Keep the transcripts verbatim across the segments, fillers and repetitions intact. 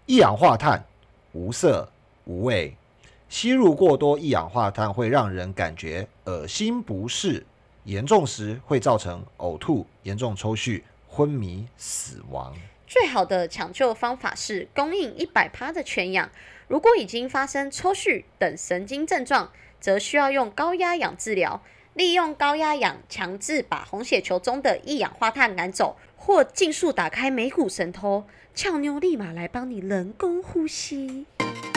一氧化碳无色无味，吸入过多一氧化碳会让人感觉恶心不适，严重时会造成呕吐、严重抽搐、昏迷、死亡。 最好的抢救方法是供应 百分之百 的全氧，如果已经发生抽搐等神经症状，则需要用高压氧治疗，利用高压氧强制把红血球中的一氧化碳赶走，或尽速打开眉骨神偷，俏妞立马来帮你人工呼吸。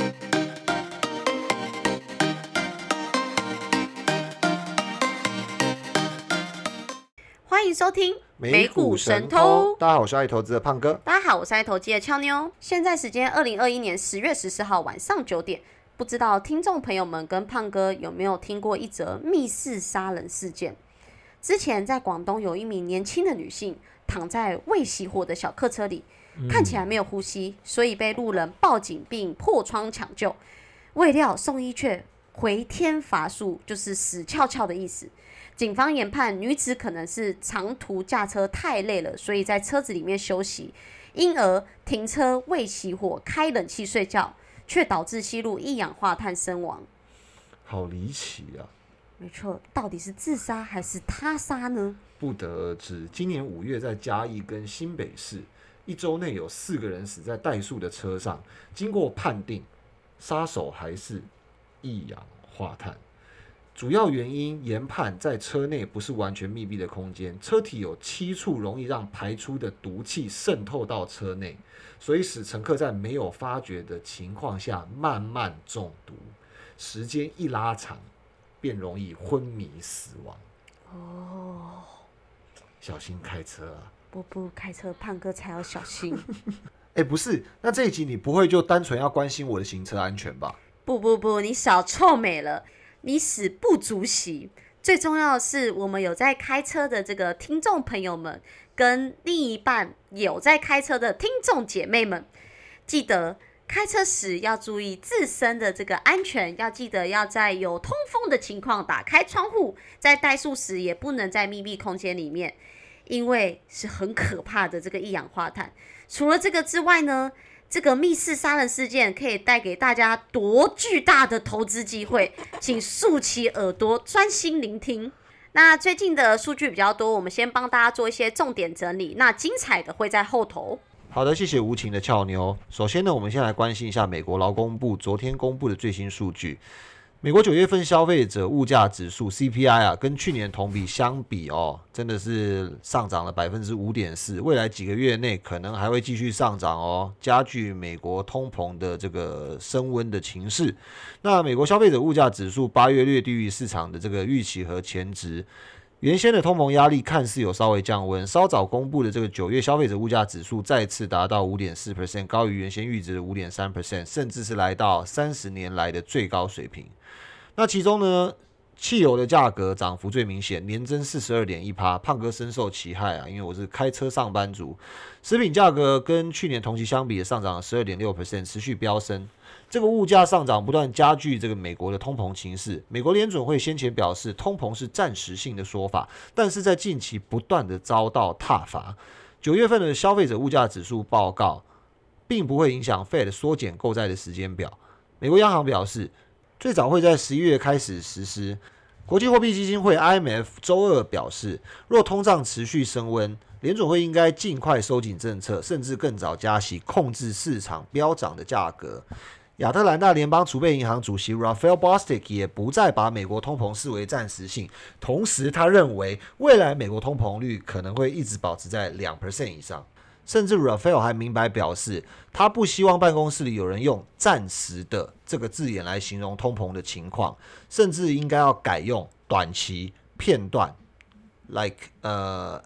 欢迎收听美股神偷，大家好，我是爱投资的胖哥。 大家好，我是爱投机的俏妞。现在时间二零二一年十月十四号晚上九点，不知道听众朋友们跟胖哥有没有听过一则密室杀人事件？之前在广东有一名年轻的女性躺在未熄火的小客车里，嗯、看起来没有呼吸，所以被路人报警并破窗抢救。未料送医却回天乏术，就是死翘翘的意思。警方研判女子可能是长途驾车太累了，所以在车子里面休息，因而停车未熄火，开冷气睡觉，却导致吸入一氧化碳身亡。 好离奇啊！ 没错，到底是自杀还是他杀呢？ 不得而知。今年五月，在嘉义跟新北市，一周内有四个人死在怠速的车上，经过判定，杀手还是一氧化碳。主要原因研判在车内不是完全密闭的空间，车体有七处容易让排出的毒气渗透到车内，所以使乘客在没有发觉的情况下慢慢中毒，时间一拉长便容易昏迷死亡。 哦， 小心开车啊！ 不不，开车胖哥才要小心。 哎，不是，那这一集你不会就单纯要关心我的行车安全吧？ 不不不，你少臭美了。你死不足惜，最重要的是，我们有在开车的这个听众朋友们，跟另一半有在开车的听众姐妹们，记得开车时要注意自身的这个安全，要记得要在有通风的情况打开窗户，在怠速时也不能在密闭空间里面，因为是很可怕的这个一氧化碳。除了这个之外呢，这个密室杀人事件可以带给大家多巨大的投资机会，请竖起耳朵专心聆听。那最近的数据比较多，我们先帮大家做一些重点整理，那精彩的会在后头。 好的，谢谢无情的俏妞。首先呢，我们先来关心一下美国劳工部昨天公布的最新数据。美国九月份消费者物价指数 C P I 啊，跟去年同比相比哦，真的是上涨了 百分之五点四， 未来几个月内可能还会继续上涨哦，加剧美国通膨的这个升温的情势。那美国消费者物价指数八月略低于市场的这个预期和前值。原先的通膨压力看似有稍微降温，稍早公布的这个九月消费者物价指数再次达到 百分之五点四， 高于原先预值的 百分之五点三， 甚至是来到三十年来的最高水平。那其中呢，汽油的价格涨幅最明显，年增 百分之四十二点一， 胖哥深受其害啊，因为我是开车上班族。食品价格跟去年同期相比也上涨了 百分之十二点六， 持续飙升。这个物价上涨不断加剧这个美国的通膨情势。美国联准会先前表示通膨是暂时性的说法，但是在近期不断的遭到挞伐。九月份的消费者物价指数报告并不会影响 Fed 缩减购债的时间表。美国央行表示，最早会在十一月开始实施。国际货币基金会 I M F 周二表示，若通胀持续升温，联准会应该尽快收紧政策，甚至更早加息，控制市场飙涨的价格。亚特兰大联邦储备银行主席 Raphael Bostic 也不再把美国通膨视为暂时性，同时他认为未来美国通膨率可能会一直保持在 百分之二 以上。甚至 Raphael 还明白表示，他不希望办公室里有人用暂时的这个字眼来形容通膨的情况，甚至应该要改用短期、片段 like 呃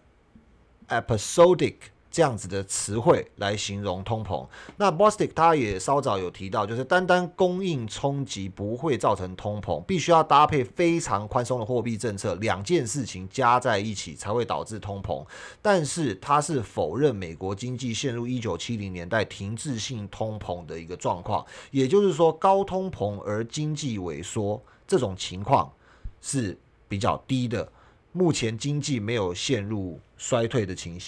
episodic 这样子的词汇来形容通膨。那 Bostic 他也稍早有提到，就是单单供应冲击不会造成通膨，必须要搭配非常宽松的货币政策，两件事情加在一起才会导致通膨。但是他是否认美国经济陷入一九七零年代停滞性通膨的一个状况，也就是说高通膨而经济萎缩这种情况是比较低的，目前经济没有陷入衰退的情形。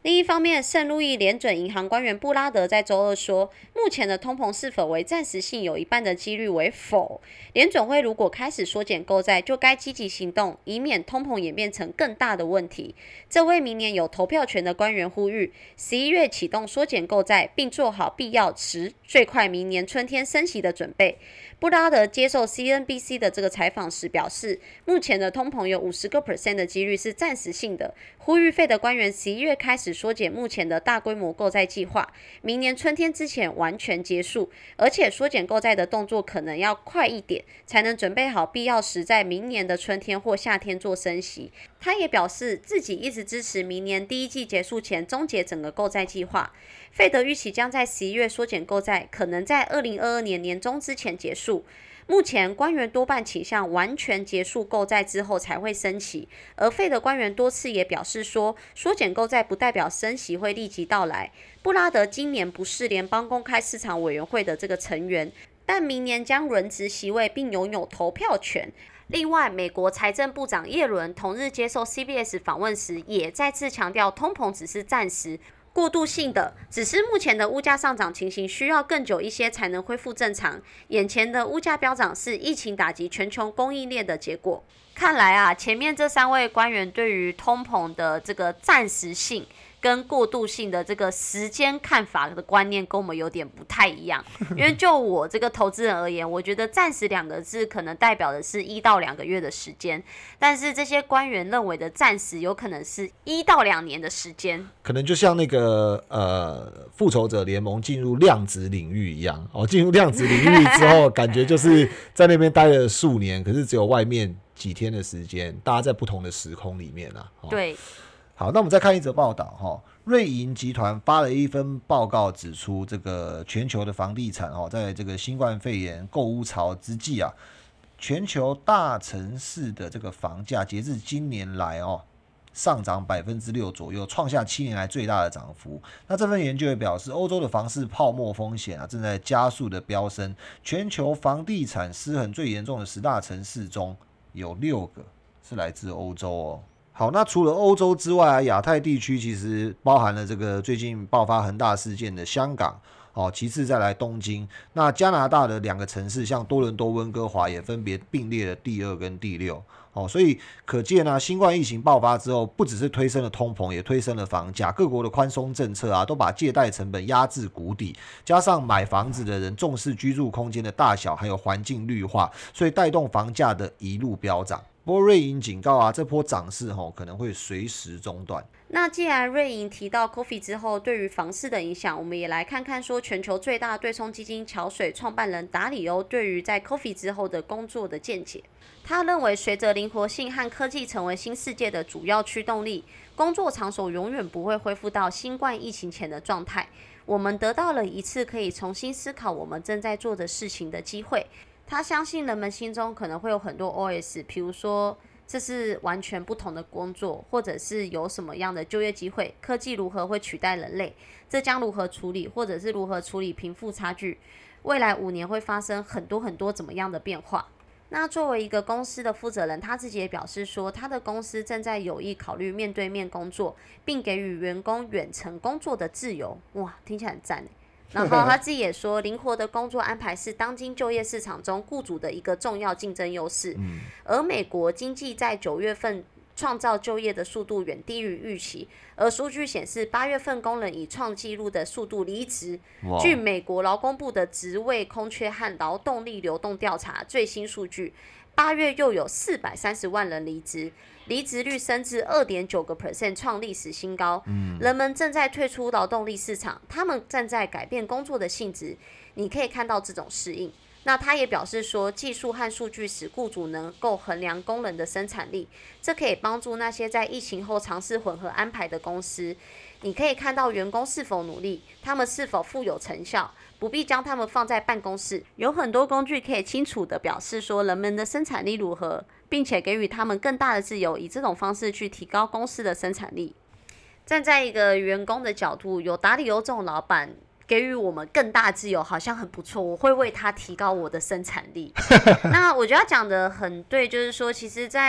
另一方面，圣路易联准银行官员布拉德在周二说，目前的通膨是否为暂时性，有一半的几率为否。联准会如果开始缩减购债，就该积极行动，以免通膨演变成更大的问题。这位明年有投票权的官员呼吁，十一月启动缩减购债，并做好必要时最快明年春天升息的准备。布拉德接受 C N B C 的这个采访时表示，目前的通膨有 百分之五十 的几率是暂时性的，呼吁费的官员十一月开始缩减目前的大规模购债计划，明年春天之前完全结束，而且缩减购债的动作可能要快一点，才能准备好必要时在明年的春天或夏天做升息。他也表示自己一直支持明年第一季结束前终结整个购债计划。费德预期将在十一月缩减购债，可能在二零二二年年中之前结束。目前官员多半倾向完全结束购债之后才会升息，而费德官员多次也表示说，缩减购债不代表升息会立即到来。布拉德今年不是联邦公开市场委员会的这个成员，但明年将轮值席位并拥有投票权。另外，美国财政部长耶伦同日接受 C B S 访问时，也再次强调，通膨只是暂时、过渡性的，只是目前的物价上涨情形需要更久一些才能恢复正常。眼前的物价飙涨是疫情打击全球供应链的结果。看来啊，前面这三位官员对于通膨的这个暂时性跟过渡性的这个时间看法的观念跟我们有点不太一样，因为就我这个投资人而言，我觉得暂时两个字可能代表的是一到两个月的时间，但是这些官员认为的暂时有可能是一到两年的时间， 可能就像那个呃复仇者联盟进入量子领域一样哦，进入量子领域之后，感觉就是在那边待了数年，可是只有外面几天的时间，大家在不同的时空里面啊。哦、 对。 好，那我们再看一则报道哈，瑞银集团发了一份报告，指出这个全球的房地产哦，在这个新冠肺炎购屋潮之际啊，全球大城市的这个房价截至今年来哦，上涨百分之六左右，创下七年来最大的涨幅。那这份研究也表示，欧洲的房市泡沫风险啊，正在加速的飙升。全球房地产失衡最严重的十大城市中，有六个是来自欧洲哦。好，那除了欧洲之外啊，亚太地区其实包含了这个最近爆发恒大事件的香港，哦，其次再来东京。那加拿大的两个城市，像多伦多、温哥华也分别并列了第二跟第六。哦，所以可见啊，新冠疫情爆发之后，不只是推升了通膨，也推升了房价。各国的宽松政策啊，都把借贷成本压至谷底，加上买房子的人重视居住空间的大小，还有环境绿化，所以带动房价的一路飙涨。不过瑞银警告啊，这波涨势吼可能会随时中断。 那既然瑞银提到 C O V I D 之后对于房市的影响，我们也来看看说全球最大对冲基金桥水创办人达里欧对于在 C O V I D 之后的工作的见解。他认为，随着灵活性和科技成为新世界的主要驱动力，工作场所永远不会恢复到新冠疫情前的状态。我们得到了一次可以重新思考我们正在做的事情的机会。他相信人们心中可能会有很多 O S， 比如说这是完全不同的工作，或者是有什么样的就业机会，科技如何会取代人类，这将如何处理，或者是如何处理贫富差距，未来五年会发生很多很多怎么样的变化。那作为一个公司的负责人，他自己也表示说，他的公司正在有意考虑面对面工作，并给予员工远程工作的自由。哇，听起来很赞耶。然后他自己也说，灵活的工作安排是当今就业市场中雇主的一个重要竞争优势。嗯、而美国经济在九月份创造就业的速度远低于预期，而数据显示，八月份工人以创纪录的速度离职。据美国劳工部的职位空缺和劳动力流动调查最新数据，八月又有四百三十万人离职。离职率升至 百分之二点九 创历史新高、嗯、人们正在退出劳动力市场，他们正在改变工作的性质，你可以看到这种适应。那他也表示说，技术和数据使雇主能够衡量工人的生产力，这可以帮助那些在疫情后尝试混合安排的公司。你可以看到员工是否努力，他们是否富有成效，不必将他们放在办公室。有很多工具可以清楚地表示说人们的生产力如何，并且给予他们更大的自由，以这种方式去提高公司的生产力。站在一个员工的角度，有达里欧这种老板给予我们更大自由，好像很不错，我会为他提高我的生产力。那我觉得他讲的很对，就是说其实在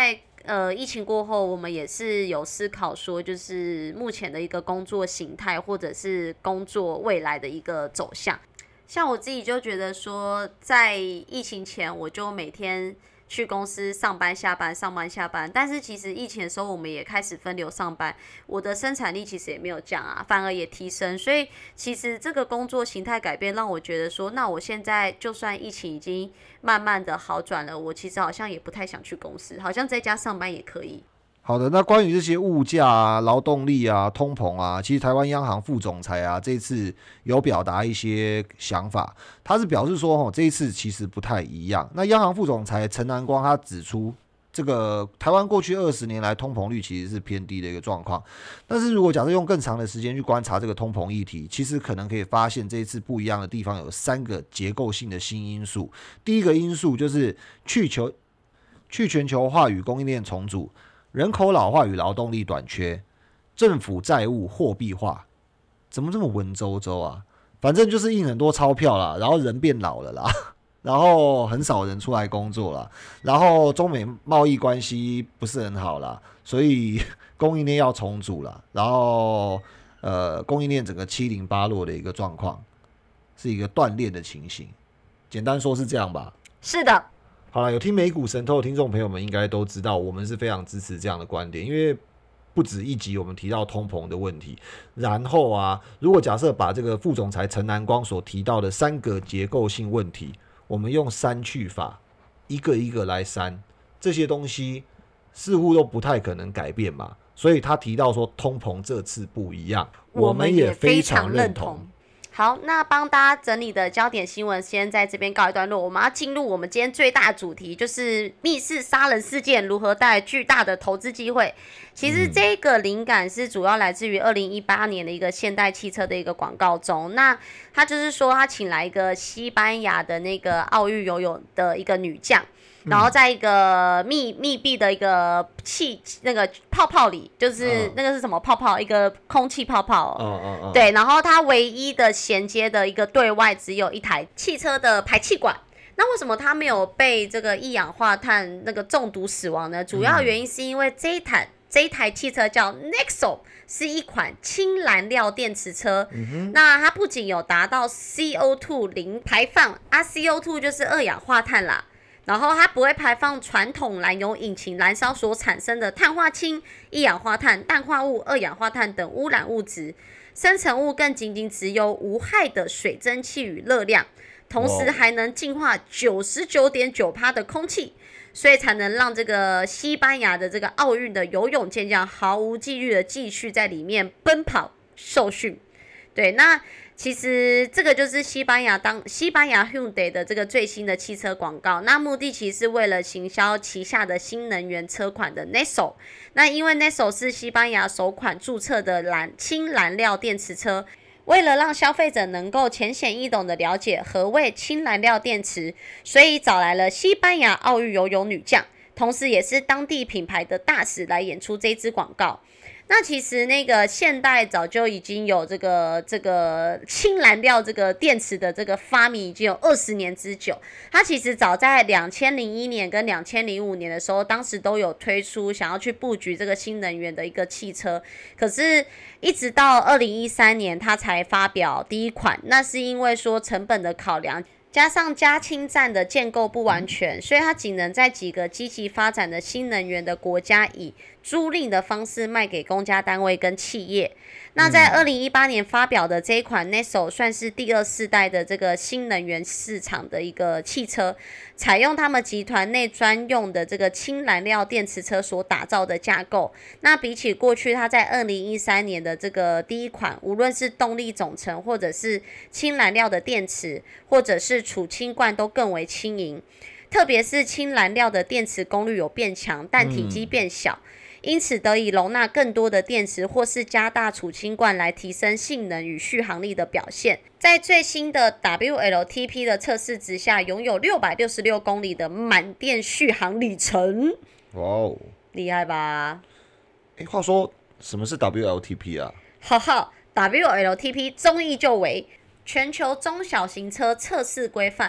呃疫情过后，我们也是有思考说，就是目前的一个工作形态，或者是工作未来的一个走向。像我自己就觉得说，在疫情前，我就每天去公司上班下班上班下班，但是其实疫情的时候我们也开始分流上班，我的生产力其实也没有降啊，反而也提升，所以其实这个工作形态改变让我觉得说，那我现在就算疫情已经慢慢的好转了，我其实好像也不太想去公司，好像在家上班也可以。 好的，那关于这些物价啊、劳动力啊、通膨啊，其实台湾央行副总裁啊这次有表达一些想法，他是表示说，哦，这一次其实不太一样。那央行副总裁陈南光他指出，这个台湾过去二十年来通膨率其实是偏低的一个状况，但是如果假设用更长的时间去观察这个通膨议题，其实可能可以发现这一次不一样的地方有三个结构性的新因素。第一个因素就是去球去全球化与供应链重组。人口老化与劳动力短缺，政府债务货币化，怎么这么文绉绉啊？反正就是印很多钞票啦，然后人变老了啦，然后很少人出来工作啦，然后中美贸易关系不是很好啦，所以供应链要重组啦，然后呃供应链整个七零八落的一个状况，是一个断裂的情形。简单说是这样吧？ 是的。 好了，有听美股神偷的听众朋友们应该都知道，我们是非常支持这样的观点，因为不止一集我们提到通膨的问题。然后啊，如果假设把这个副总裁陈南光所提到的三个结构性问题，我们用删去法，一个一个来删，这些东西似乎都不太可能改变嘛。所以他提到说，通膨这次不一样，我们也非常认同。 好，那帮大家整理的焦点新闻先在这边告一段落，我们要进入我们今天最大的主题，就是密室杀人事件如何带来巨大的投资机会。其实这个灵感是主要来自于二零一八年的一个现代汽车的一个广告中，那他就是说他请来一个西班牙的那个奥运游泳的一个女将，然后在一个密密闭的一个气那个泡泡里，就是那个是什么泡泡？一个空气泡泡、哦。 嗯嗯嗯。 对，然后它唯一的衔接的一个对外只有一台汽车的排气管。那为什么它没有被这个一氧化碳那个中毒死亡呢？主要原因是因为这一台、嗯、这一台汽车叫 Nexo， 是一款氢燃料电池车。嗯、那它不仅有达到 C O 二 零排放啊 ，C O 二 就是二氧化碳啦。然后它不会排放传统燃油引擎燃烧所产生的碳化氢、一氧化碳、氮化物、二氧化碳等污染物质，生成物更仅仅只有无害的水蒸气与热量，同时还能净化 百分之九十九点九 的空气，所以才能让这个西班牙的这个奥运的游泳健将毫无纪律的继续在里面奔跑受训。对，那其实这个就是西班牙当西班牙 Hyundai 的这个最新的汽车广告，那目的其实是为了行销旗下的新能源车款的 Nexo。那因为 Nexo 是西班牙首款注册的燃氢燃料电池车，为了让消费者能够浅显易懂的了解何谓氢燃料电池，所以找来了西班牙奥运游泳女将，同时也是当地品牌的大使来演出这支广告。那其实那个现代早就已经有这个这个氢燃料这个电池的这个发明已经有二十年之久，它其实早在两千零一年跟两千零五年的时候，当时都有推出想要去布局这个新能源的一个汽车，可是一直到二零一三年它才发表第一款，那是因为说成本的考量，加上加氢站的建构不完全，所以它仅能在几个积极发展的新能源的国家以租赁的方式卖给公家单位跟企业。那在二零一八年发表的这一款 Nexo 算是第二世代的这个新能源市场的一个汽车，采用他们集团内专用的这个氢燃料电池车所打造的架构。那比起过去它在二零一三年的这个第一款，无论是动力总成或者是氢燃料的电池，或者是储氢罐都更为轻盈，特别是氢燃料的电池功率有变强，但体积变小。嗯，因此得以容纳更多的电池，或是加大储氢罐来提升性能与续航力的表现。在最新的 W L T P 的测试之下，拥有六百六十六公里的满电续航里程。 哇哦， 厉害吧？ 哎，话说什么是 W L T P 啊？ 哈哈 ，W L T P 中译就为全球中小型车测试规范。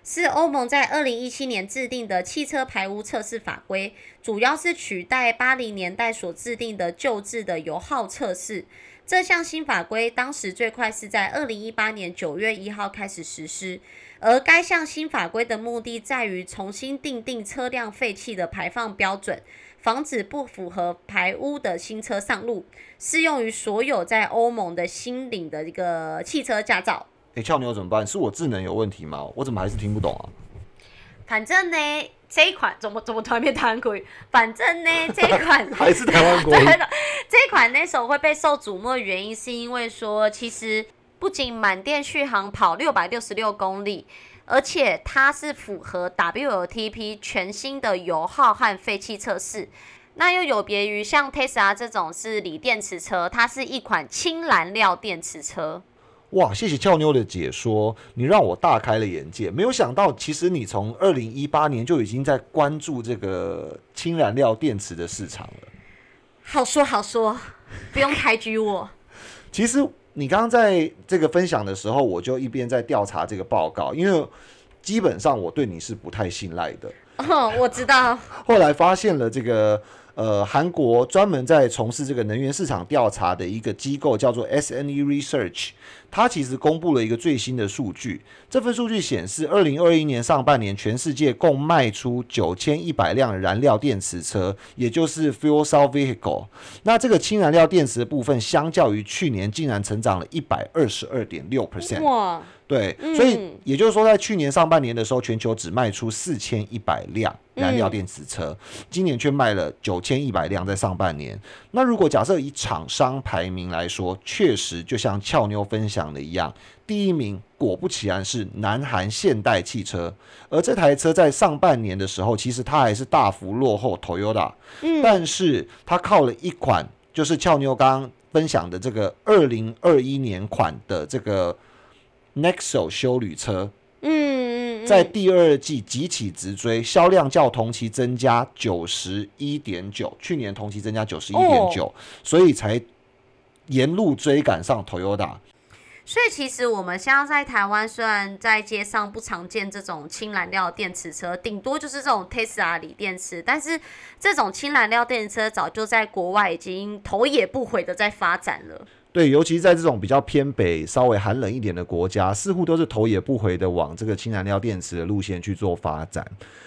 是欧盟在二零一七年制定的汽车排污测试法规，主要是取代八零年代所制定的旧制的油耗测试。这项新法规当时最快是在二零一八年九月一号开始实施，而该项新法规的目的在于重新订定车辆废气的排放标准，防止不符合排污的新车上路，适用于所有在欧盟的新领的一个汽车驾照。 哎、欸，俏妞怎么办？是我智能有问题吗？我怎么还是听不懂啊？ 反正呢，这一款怎么怎么突然变台湾国语？反正呢，这一款还是台湾国语。 这一款那时候会被受瞩目的原因，是因为说，其实不仅满电续航跑六百六十六公里，而且它是符合 W L T P 全新的油耗和废气测试。那又有别于像 Tesla 这种是锂电池车，它是一款氢燃料电池车。 哇，谢谢俏妞的解说，你让我大开了眼界。没有想到，其实你从二零一八年就已经在关注这个氢燃料电池的市场了。 好说好说，不用抬举我。 其实你刚刚在这个分享的时候，我就一边在调查这个报告，因为基本上我对你是不太信赖的。 哦，我知道。 后来发现了这个。呃，韩国专门在从事这个能源市场调查的一个机构叫做 S N E Research， 它其实公布了一个最新的数据。这份数据显示，二零二一年上半年全世界共卖出九千一百辆燃料电池车，也就是 fuel cell vehicle。那这个氢燃料电池的部分，相较于去年竟然成长了 百分之一百二十二点六。 哇！ 对，所以也就是说，在去年上半年的时候，全球只卖出四千一百辆燃料电池车，嗯、今年却卖了九千一百辆，在上半年。那如果假设以厂商排名来说，确实就像俏妞分享的一样，第一名果不其然是南韩现代汽车，而这台车在上半年的时候，其实它还是大幅落后 Toyota，嗯、但是它靠了一款就是俏妞刚刚分享的这个二零二一年款的这个。Nexo 休旅车，嗯，在第二季急起直追，销量较同期增加 百分之九十一点九， 去年同期增加 百分之九十一点九， 所以才沿路追赶上 Toyota。 所以其实我们现在在台湾，虽然在街上不常见这种氢燃料电池车，顶多就是这种 Tesla 锂电池，但是这种氢燃料电池车早就在国外已经头也不回的在发展了。 对，尤其在这种比较偏北、稍微寒冷一点的国家，似乎都是头也不回的往这个氢燃料电池的路线去做发展。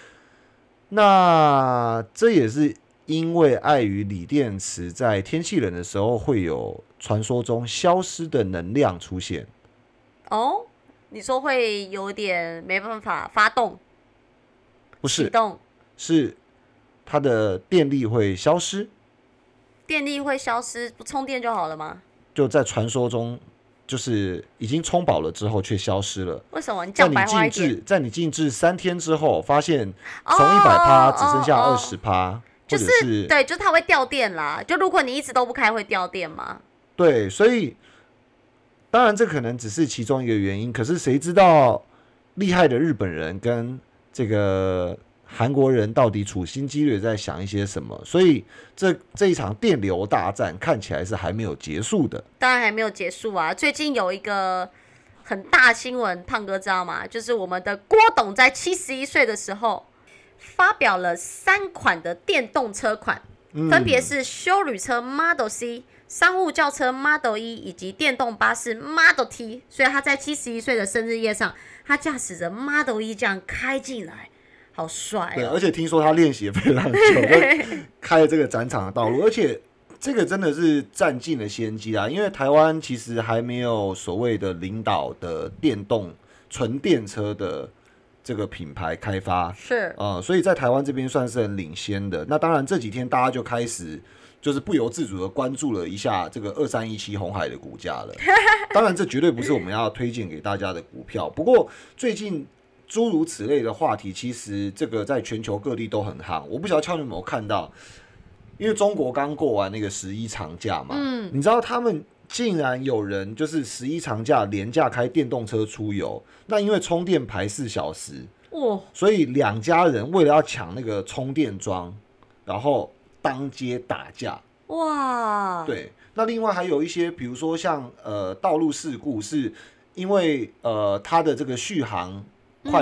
那这也是因为碍于锂电池在天气冷的时候会有传说中消失的能量出现。 哦，你说会有点没办法发动？ 不是， 启动是它的电力会消失。 电力会消失，不充电就好了吗？ 就在传说中，就是已经充饱了之后却消失了。 为什么？你讲白话一点。 在你静置三天之后，发现从一百趴只剩下二十趴， 就是、是对，就是它会掉电啦。就如果你一直都不开，会掉电吗？ 对，所以当然这可能只是其中一个原因，可是谁知道厉害的日本人跟这个韩国人到底处心积虑在想一些什么？所以这这一场电流大战看起来是还没有结束的。 当然还没有结束啊！最近有一个很大新闻，胖哥知道吗？就是我们的郭董在七十一岁的时候发表了三款的电动车款，嗯、分别是休旅车 Model C、商务轿车 Model E 以及电动巴士 Model T。所以他在七十一岁的生日夜上，他驾驶着 Model E 这样开进来。好帅、哦！ 对，而且听说他练习非常久，开了这个展场的道路，而且这个真的是占尽了先机啊！因为台湾其实还没有所谓的领导的电动纯电车的这个品牌开发， 是呃，所以在台湾这边算是很领先的。那当然这几天大家就开始就是不由自主的关注了一下这个二三一七鸿海的股价了。当然这绝对不是我们要推荐给大家的股票，不过最近。诸如此类的话题，其实这个在全球各地都很夯。我不晓得俏妞有没有看到，因为中国刚过完那个十一长假嘛，嗯，你知道他们竟然有人就是十一长假连假开电动车出游，那因为充电排四小时，哦，所以两家人为了要抢那个充电桩，然后当街打架。哇，对，那另外还有一些，比如说像呃道路事故，是因为呃它的这个续航。快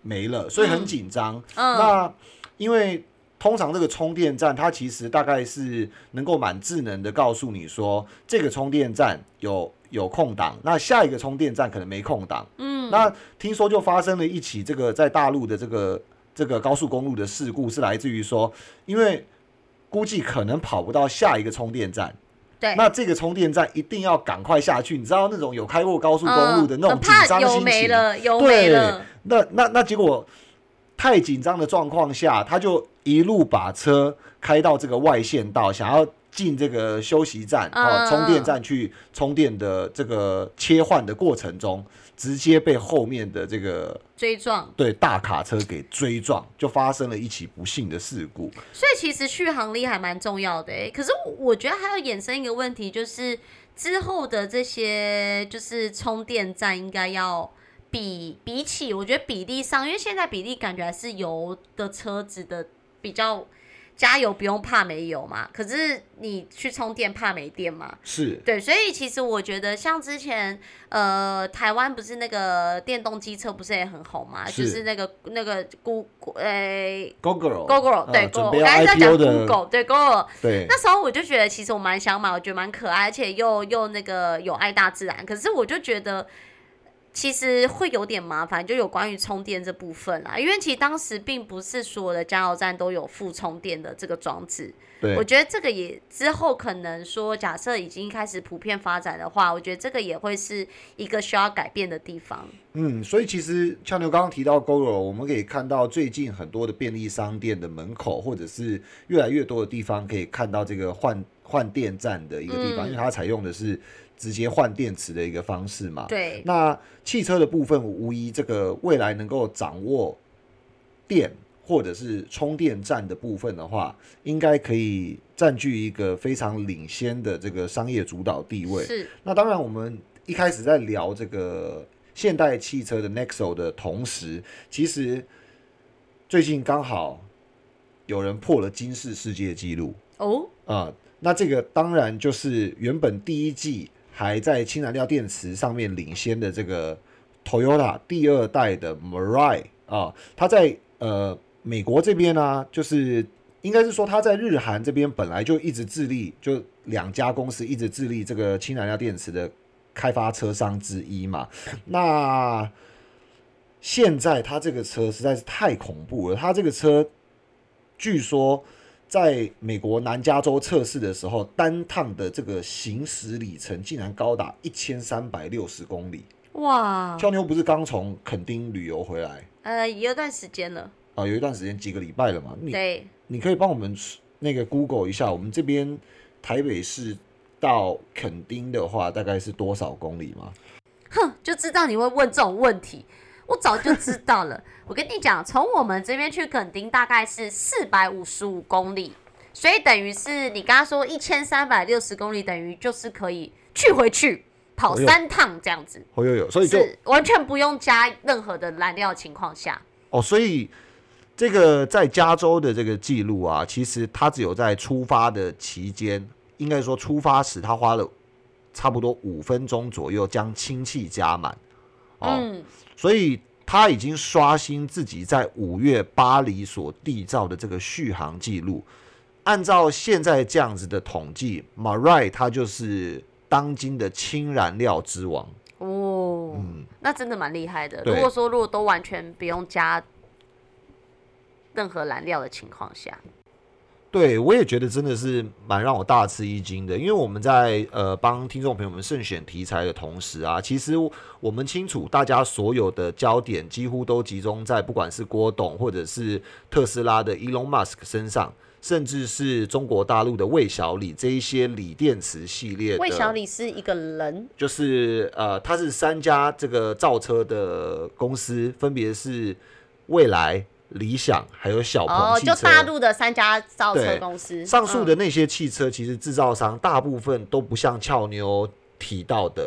没了，所以很紧张。 嗯， 那因为通常这个充电站，它其实大概是能够蛮智能的告诉你说，这个充电站有有空档，那下一个充电站可能没空档。嗯，那听说就发生了一起这个在大陆的这个这个高速公路的事故，是来自于说，因为估计可能跑不到下一个充电站。 对， 那这个充电站一定要赶快下去，你知道那种有开过高速公路的那种紧张心情， 嗯、油没了，油没了。 那那那结果太紧张的状况下，他就一路把车开到这个外线道，想要进这个休息站、嗯哦、充电站去充电的这个切换的过程中，直接被后面的这个追撞， 对大卡车给追撞，就发生了一起不幸的事故。 所以其实续航力还蛮重要的、欸、可是我觉得还要衍生一个问题，就是之后的这些就是充电站应该要比比起，我觉得比例上，因为现在比例感觉还是油的车子的比较。加油不用怕没油嘛，可是你去充电怕没电嘛， 是对，所以其实我觉得像之前呃台湾不是那个电动机车不是也很红嘛，是就是那个那个 Google 诶 Gogoro Gogoro 对 Gogoro， 我刚才在讲 Google 对 Gogoro 对， 那时候我就觉得其实我蛮想买，我觉得蛮可爱，而且又又那个有爱大自然，可是我就觉得。其实会有点麻烦，就有关于充电这部分啦，因为其实当时并不是所有的加油站都有附充电的这个装置。 对， 我觉得这个也之后可能说，假设已经开始普遍发展的话，我觉得这个也会是一个需要改变的地方。 嗯，所以其实像牛刚刚提到 Gogoro， 我们可以看到最近很多的便利商店的门口，或者是越来越多的地方可以看到这个换换电站的一个地方，嗯、因为它采用的是。直接换电池的一个方式嘛， 对。 那汽车的部分，无疑这个未来能够掌握电或者是充电站的部分的话，应该可以占据一个非常领先的这个商业主导地位。 是。 那当然，我们一开始在聊这个现代汽车的 Nexo 的同时，其实最近刚好有人破了金氏世界纪录哦。 啊、呃，那这个当然就是原本第一季。还在氢燃料电池上面领先的这个 Toyota 第二代的 Mirai 啊，它在呃美国这边呢、啊，就是应该是说它在日韩这边本来就一直致力，就两家公司一直致力这个氢燃料电池的开发车商之一嘛。那现在它这个车实在是太恐怖了，它这个车据说。在美国南加州测试的时候，单趟的这个行驶里程竟然高达一千三百六十公里。 哇！ 俏妞不是刚从垦丁旅游回来？ 呃，也有段时间了。 啊，有一段时间，几个礼拜了嘛。你对， 你可以帮我们那个 Google 一下，我们这边台北市到垦丁的话，大概是多少公里吗？ 哼，就知道你会问这种问题。我早就知道了，我跟你讲，从我们这边去垦丁大概是四百五十五公里，所以等于是你刚刚说一千三百六十公里，等于就是可以去回去跑三趟这样子。 哦有有，所以就是完全不用加任何的燃料的情况下。 哦，所以这个在加州的这个记录啊，其实他只有在出发的期间，应该说出发时他花了差不多五分钟左右将氢气加满。哦、嗯，所以他已经刷新自己在五月巴黎所缔造的这个续航记录。按照现在这样子的统计 ，Mirai 它就是当今的氢燃料之王。 哦，嗯，那真的蛮厉害的。 如果说如果都完全不用加任何燃料的情况下。 对，我也觉得真的是蛮让我大吃一惊的，因为我们在呃帮听众朋友们慎选题材的同时啊，其实我们清楚大家所有的焦点几乎都集中在不管是郭董或者是特斯拉的 Elon Musk 身上，甚至是中国大陆的魏小李这一些锂电池系列的。 魏小李是一个人， 就是呃，他是三家这个造车的公司，分别是蔚来。理想还有小鹏汽车、 哦、就大陆的三家造车公司。 上述的那些汽车，其实制造商大部分都不像俏妞提到的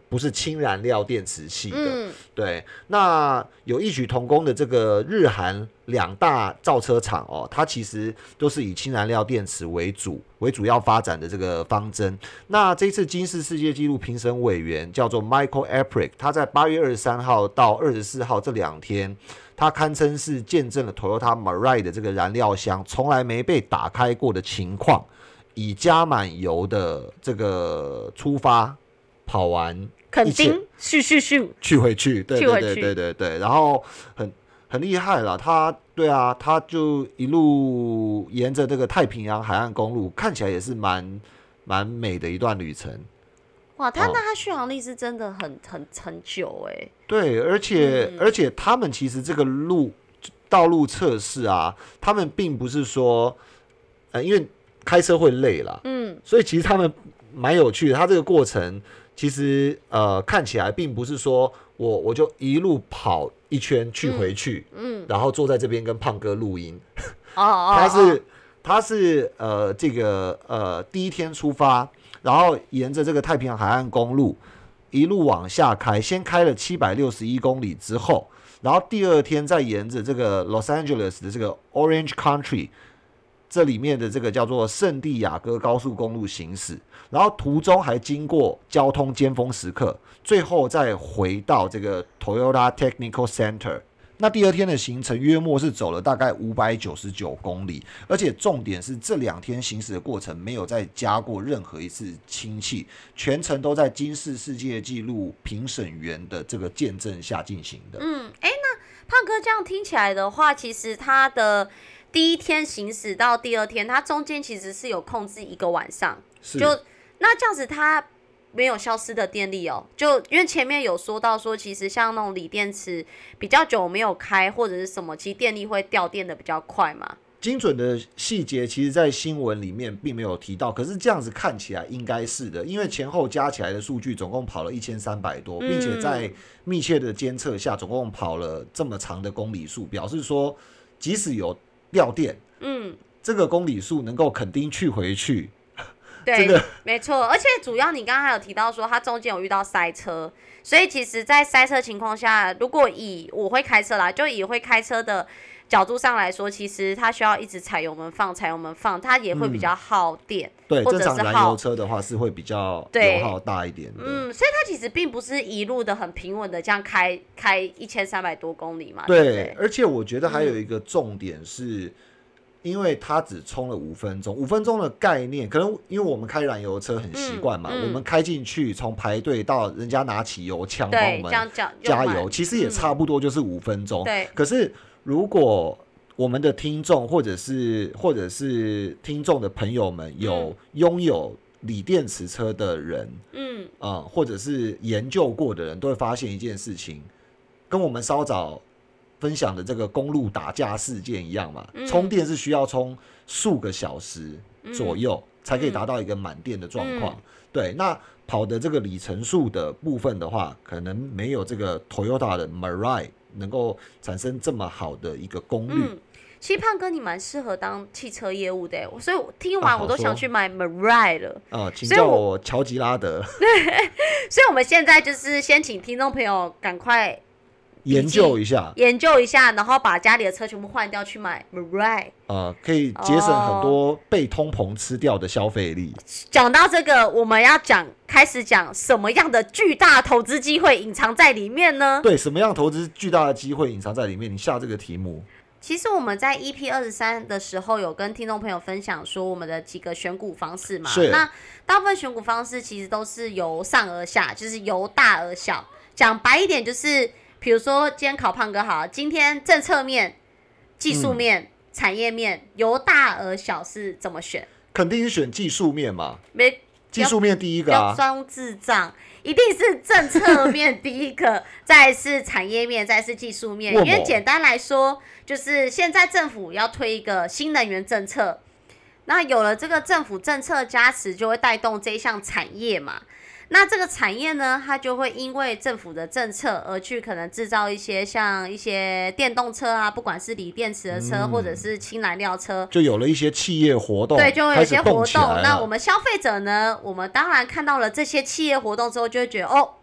不是氢燃料电池系的。 嗯， 对，那有异曲同工的这个日韩两大造车厂哦，它其实都是以氢燃料电池为主为主要发展的这个方针。那这次金氏世界纪录评审委员叫做 Michael Eprick， 他在八月二十三号到二十四号这两天，他堪称是见证了 Toyota Mirai 的这个燃料箱从来没被打开过的情况，以加满油的这个出发跑完。 肯定咻咻咻去回去，对对对对对对，然后很很厉害了，他对啊，他就一路沿着这个太平洋海岸公路，看起来也是蛮蛮美的一段旅程。 哇，他那他续航力是真的很很很久哎、欸。 对，而且、嗯、而且他们其实这个路道路测试啊，他们并不是说，呃，因为开车会累啦，嗯，所以其实他们蛮有趣的，他这个过程。其实呃看起来并不是说我我就一路跑一圈去回去，嗯，嗯然后坐在这边跟胖哥录音，哦哦，他是他是呃这个呃第一天出发，然后沿着这个太平洋海岸公路一路往下开，先开了七百六十一公里之后，然后第二天再沿着这个 Los Angeles 的这个 Orange Country。这里面的这个叫做圣地亚哥高速公路行驶，然后途中还经过交通尖峰时刻，最后再回到这个 Toyota Technical Center。那第二天的行程约莫是走了大概五百九十九公里，而且重点是这两天行驶的过程没有再加过任何一次氢气，全程都在金氏世界纪录评审员的这个见证下进行的。 嗯，哎，那胖哥这样听起来的话，其实他的第一天行驶到第二天，它中间其实是有控制一个晚上，就那这样子它没有消失的电力哦。就因为前面有说到说，其实像那种锂电池比较久没有开或者是什么，其实电力会掉电的比较快嘛。 精准的细节其实在新闻里面并没有提到，可是这样子看起来应该是的，因为前后加起来的数据总共跑了一千三百多，并且在密切的监测下总共跑了这么长的公里数，表示说即使有掉电，嗯，这个公里数能够肯定去回去， 对，这个、没错。而且主要你刚刚还有提到说，它中间有遇到塞车，所以其实，在塞车情况下，如果以我会开车啦，就以会开车的角度上来说，其实它需要一直踩油门放，踩油门放，它也会比较耗电。嗯、 对， 或者是正常燃油车的话是会比较油耗大一点的。 嗯，所以它其实并不是一路的很平稳的这样开开一千三百多公里嘛。 对， 对对， 而且我觉得还有一个重点是。嗯，因为它只充了五分钟，五分钟的概念，可能因为我们开燃油车很习惯嘛、嗯嗯，我们开进去从排队到人家拿起油枪帮我们加油，其实也差不多就是五分钟、嗯。对。可是如果我们的听众或者是或者是听众的朋友们有拥有锂电池车的人，嗯啊、呃，或者是研究过的人，都会发现一件事情，跟我们稍早分享的这个公路打架事件一样嘛，嗯、充电是需要充数个小时左右、嗯、才可以达到一个满电的状况、嗯。对，那跑的这个里程数的部分的话，可能没有这个 Toyota 的 Mirai 能够产生这么好的一个功率。嗯， 其实胖哥你蛮适合当汽车业务的，所以我听完我都想去买 Mirai 了。 啊、呃，请叫我乔吉拉德。 对，所以我们现在就是先请听众朋友赶快。 研究一下， 研究一下，然后把家里的车全部换掉，去买 Mirai， 呃，可以节省很多被通膨吃掉的消费力。 讲、哦、到这个，我们要讲，开始讲什么样的巨大投资机会隐藏在里面呢？ 对，什么样投资巨大的机会隐藏在里面？你下这个题目。 其实我们在 E P 二十三的时候有跟听众朋友分享说我们的几个选股方式嘛，那大部分选股方式其实都是由上而下，就是由大而小。讲白一点就是。比如说，今天考胖哥好，今天政策面、技术面、嗯、产业面由大而小是怎么选？ 肯定是选技术面嘛。没，技术面第一个啊。 装智障，一定是政策面第一个，再是产业面，再是技术面。因为简单来说，就是现在政府要推一个新能源政策，那有了这个政府政策加持，就会带动这一项产业嘛。那这个产业呢，它就会因为政府的政策而去可能制造一些像一些电动车啊，不管是锂电池的车、嗯、或者是氢燃料车， 就有了一些企业活动， 对，就会有一些活动。那我们消费者呢，我们当然看到了这些企业活动之后，就会觉得哦，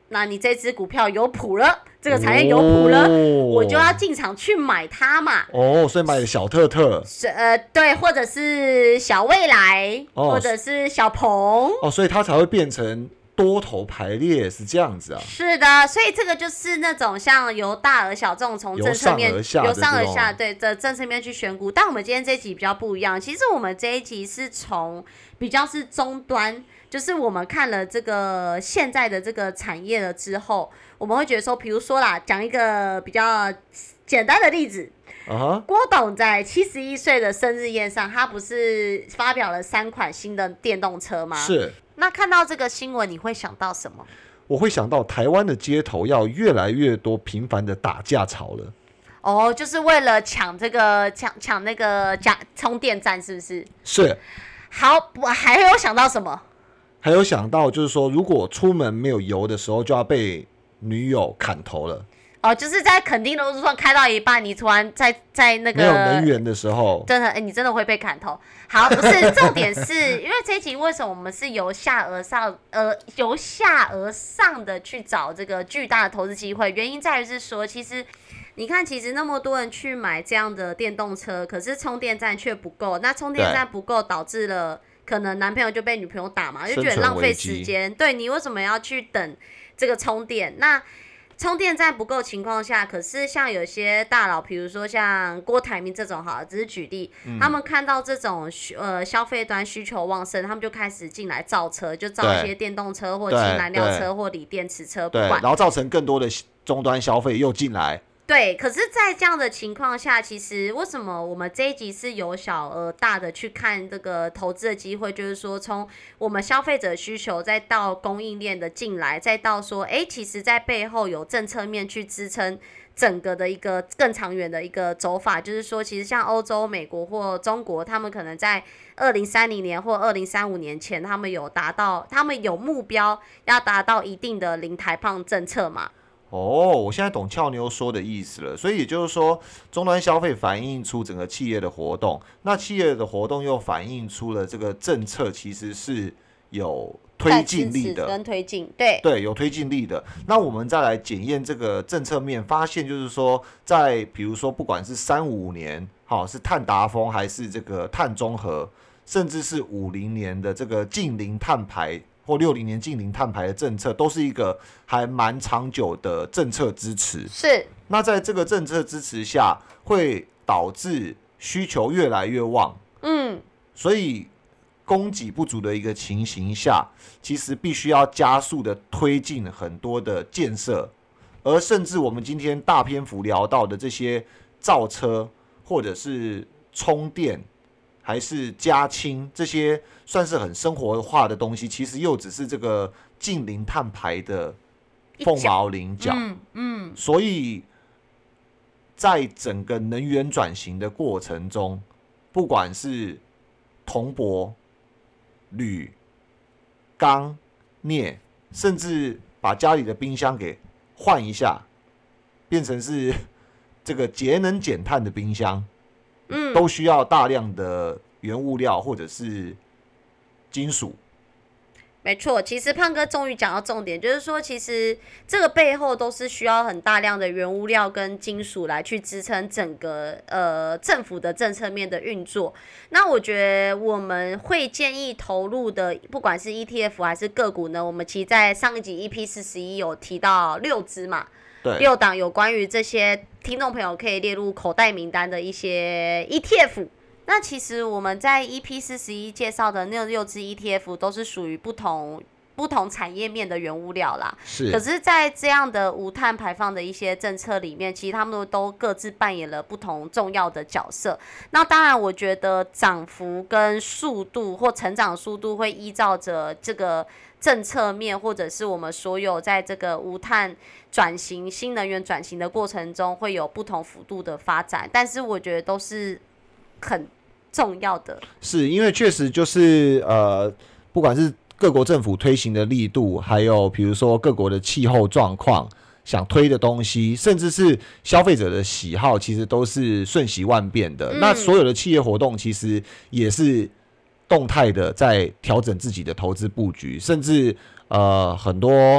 那你这只股票有谱了，这个产业有谱了，哦、我就要进场去买它嘛。 哦，所以买小特特， 是呃对，或者是小未来，哦、或者是小鹏。 哦，所以它才会变成多头排列，是这样子啊。 是的，所以这个就是那种像由大而小这种从政策面由上而下由上而下对的政策面去选股。但我们今天这一集比较不一样，其实我们这一集是从比较是终端。就是我们看了这个现在的这个产业了之后，我们会觉得说，比如说啦，讲一个比较简单的例子， uh-huh. 郭董在七十一岁的生日宴上，他不是发表了三款新的电动车吗？ 是。 那看到这个新闻，你会想到什么？ 我会想到台湾的街头要越来越多频繁的打架潮了。 哦，就是为了抢这个抢抢那个加充电站，是不是？ 是。 好，我还有想到什么？ 还有想到就是说，如果出门没有油的时候，就要被女友砍头了。 哦，就是在垦丁的路上开到一半，你突然在在那个没有能源的时候， 真的，哎、欸，你真的会被砍头。好，不是重点是，因为这一集为什么我们是由下而上，呃，由下而上的去找这个巨大的投资机会？原因在于是说，其实你看，其实那么多人去买这样的电动车，可是充电站却不够，那充电站不够导致了。可能男朋友就被女朋友打嘛，就觉得浪费时间。对，你为什么要去等这个充电？那充电站不够情况下，可是像有些大佬，比如说像郭台铭这种，好，只是举例，嗯、他们看到这种呃消费端需求旺盛，他们就开始进来造车，就造一些电动车或氢燃料车或锂电池车，不管， 然后造成更多的终端消费又进来。 对，可是，在这样的情况下，其实为什么我们这一集是由小而大的去看这个投资的机会？就是说，从我们消费者需求，再到供应链的进来，再到说，哎，其实在背后有政策面去支撑整个的一个更长远的一个走法。就是说，其实像欧洲、美国或中国，他们可能在二零三零年或二零三五年前，他们有达到，他们有目标要达到一定的零排放政策嘛。 哦，我现在懂俏妞说的意思了。所以也就是说，终端消费反映出整个企业的活动，那企业的活动又反映出了这个政策其实是有推进力的， 跟推进，对对，有推进力的。那我们再来检验这个政策面，发现就是说，在比如说不管是三五年，好是碳达峰还是这个碳中和，甚至是五零年的这个净零碳排。或六零年净零碳排的政策，都是一个还蛮长久的政策支持。 是。 那在这个政策支持下，会导致需求越来越旺。嗯。所以供给不足的一个情形下，其实必须要加速的推进很多的建设，而甚至我们今天大篇幅聊到的这些造车或者是充电。还是加氢这些算是很生活化的东西，其实又只是这个净零碳排的凤毛麟角。嗯嗯，所以在整个能源转型的过程中，不管是铜箔、铝、钢、镍，甚至把家里的冰箱给换一下，变成是这个节能减碳的冰箱。嗯，都需要大量的原物料或者是金属。 没错，其实胖哥终于讲到重点，就是说，其实这个背后都是需要很大量的原物料跟金属来去支撑整个呃政府的政策面的运作。那我觉得我们会建议投入的，不管是 E T F 还是个股呢，我们其实在上一集 E P 四十一有提到六支嘛。六档有关于这些听众朋友可以列入口袋名单的一些 E T F。那其实我们在 E P 四十一介绍的那六支 E T F 都是属于不同不同产业面的原物料啦。 是。 可是，在这样的无碳排放的一些政策里面，其实他们都各自扮演了不同重要的角色。那当然，我觉得涨幅跟速度或成长速度会依照着这个政策面，或者是我们所有在这个无碳转型、新能源转型的过程中，会有不同幅度的发展。但是，我觉得都是很重要的。 是因为确实就是呃，不管是各国政府推行的力度，还有比如说各国的气候状况、想推的东西，甚至是消费者的喜好，其实都是瞬息万变的。嗯、那所有的企业活动其实也是动态的在调整自己的投资布局，甚至呃很多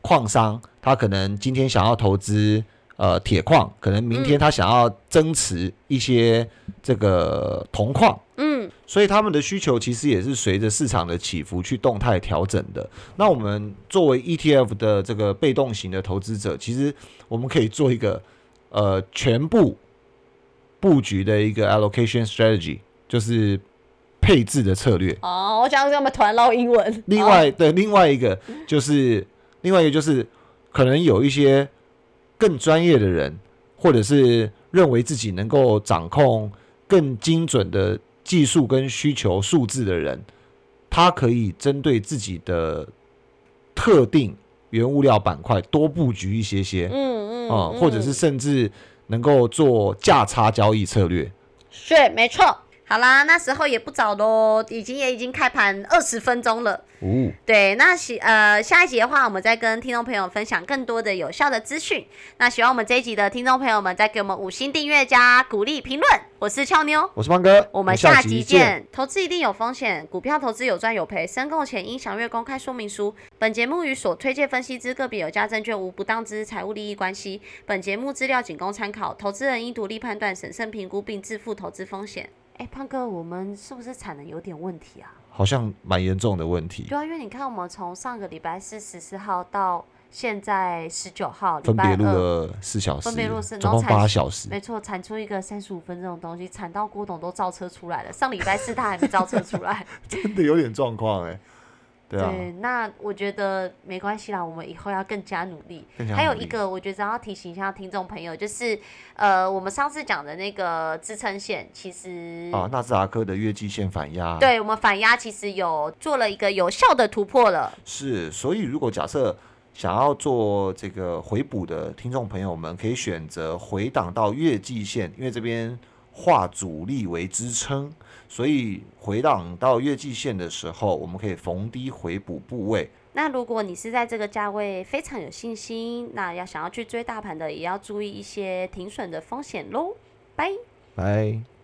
矿商，他可能今天想要投资呃铁矿，可能明天他想要增持一些这个铜矿， 嗯， 所以他们的需求其实也是随着市场的起伏去动态调整的。那我们作为 E T F 的这个被动型的投资者，其实我们可以做一个呃全部布局的一个 allocation strategy， 就是配置的策略。 哦，我想他们突然唠英文。 另外， 哦、 对，另外一个就是另外一个就是可能有一些更专业的人，或者是认为自己能够掌控更精准的技术跟需求数字的人，他可以针对自己的特定原物料板块多布局一些些， 嗯嗯、 呃、或者是甚至能够做价差交易策略。 是，没错。好啦，那时候也不早喽，已经也已经开盘二十分钟了。 哦， 对，那喜呃下一集的话，我们再跟听众朋友分享更多的有效的资讯。那喜欢我们这一集的听众朋友们，再给我们五星订阅加鼓励评论。我是俏妞， 我是胖哥， 我们下集见。投资一定有风险，股票投资有赚有赔，申购前应详阅公开说明书。本节目与所推荐分析之个别有价证券无不当之财务利益关系。本节目资料仅供参考，投资人应独立判断、审慎评估并自负投资风险。哎，胖哥，我们是不是产能有点问题啊？ 好像蛮严重的问题。 对啊，因为你看，我们从上个礼拜四十四号到现在十九号， 分别录了四小时， 分别录四， 总共八小时。 没错，产出一个三十五分钟的东西，产到郭董都造车出来了。上礼拜四他还没造车出来， 真的有点状况哎。对啊， 对，那我觉得没关系啦，我们以后要更加努力。 更加努力。 还有一个，我觉得要提醒一下听众朋友，就是呃，我们上次讲的那个支撑线，其实啊，纳斯达克的月季线反压， 对我们反压其实有做了一个有效的突破了。 是，所以如果假设想要做这个回补的听众朋友们，可以选择回档到月季线，因为这边画阻力为支撑。所以回档到月季线的时候，我们可以逢低回补部位。 那如果你是在这个价位非常有信心，那要想要去追大盘的，也要注意一些停损的风险咯。拜拜。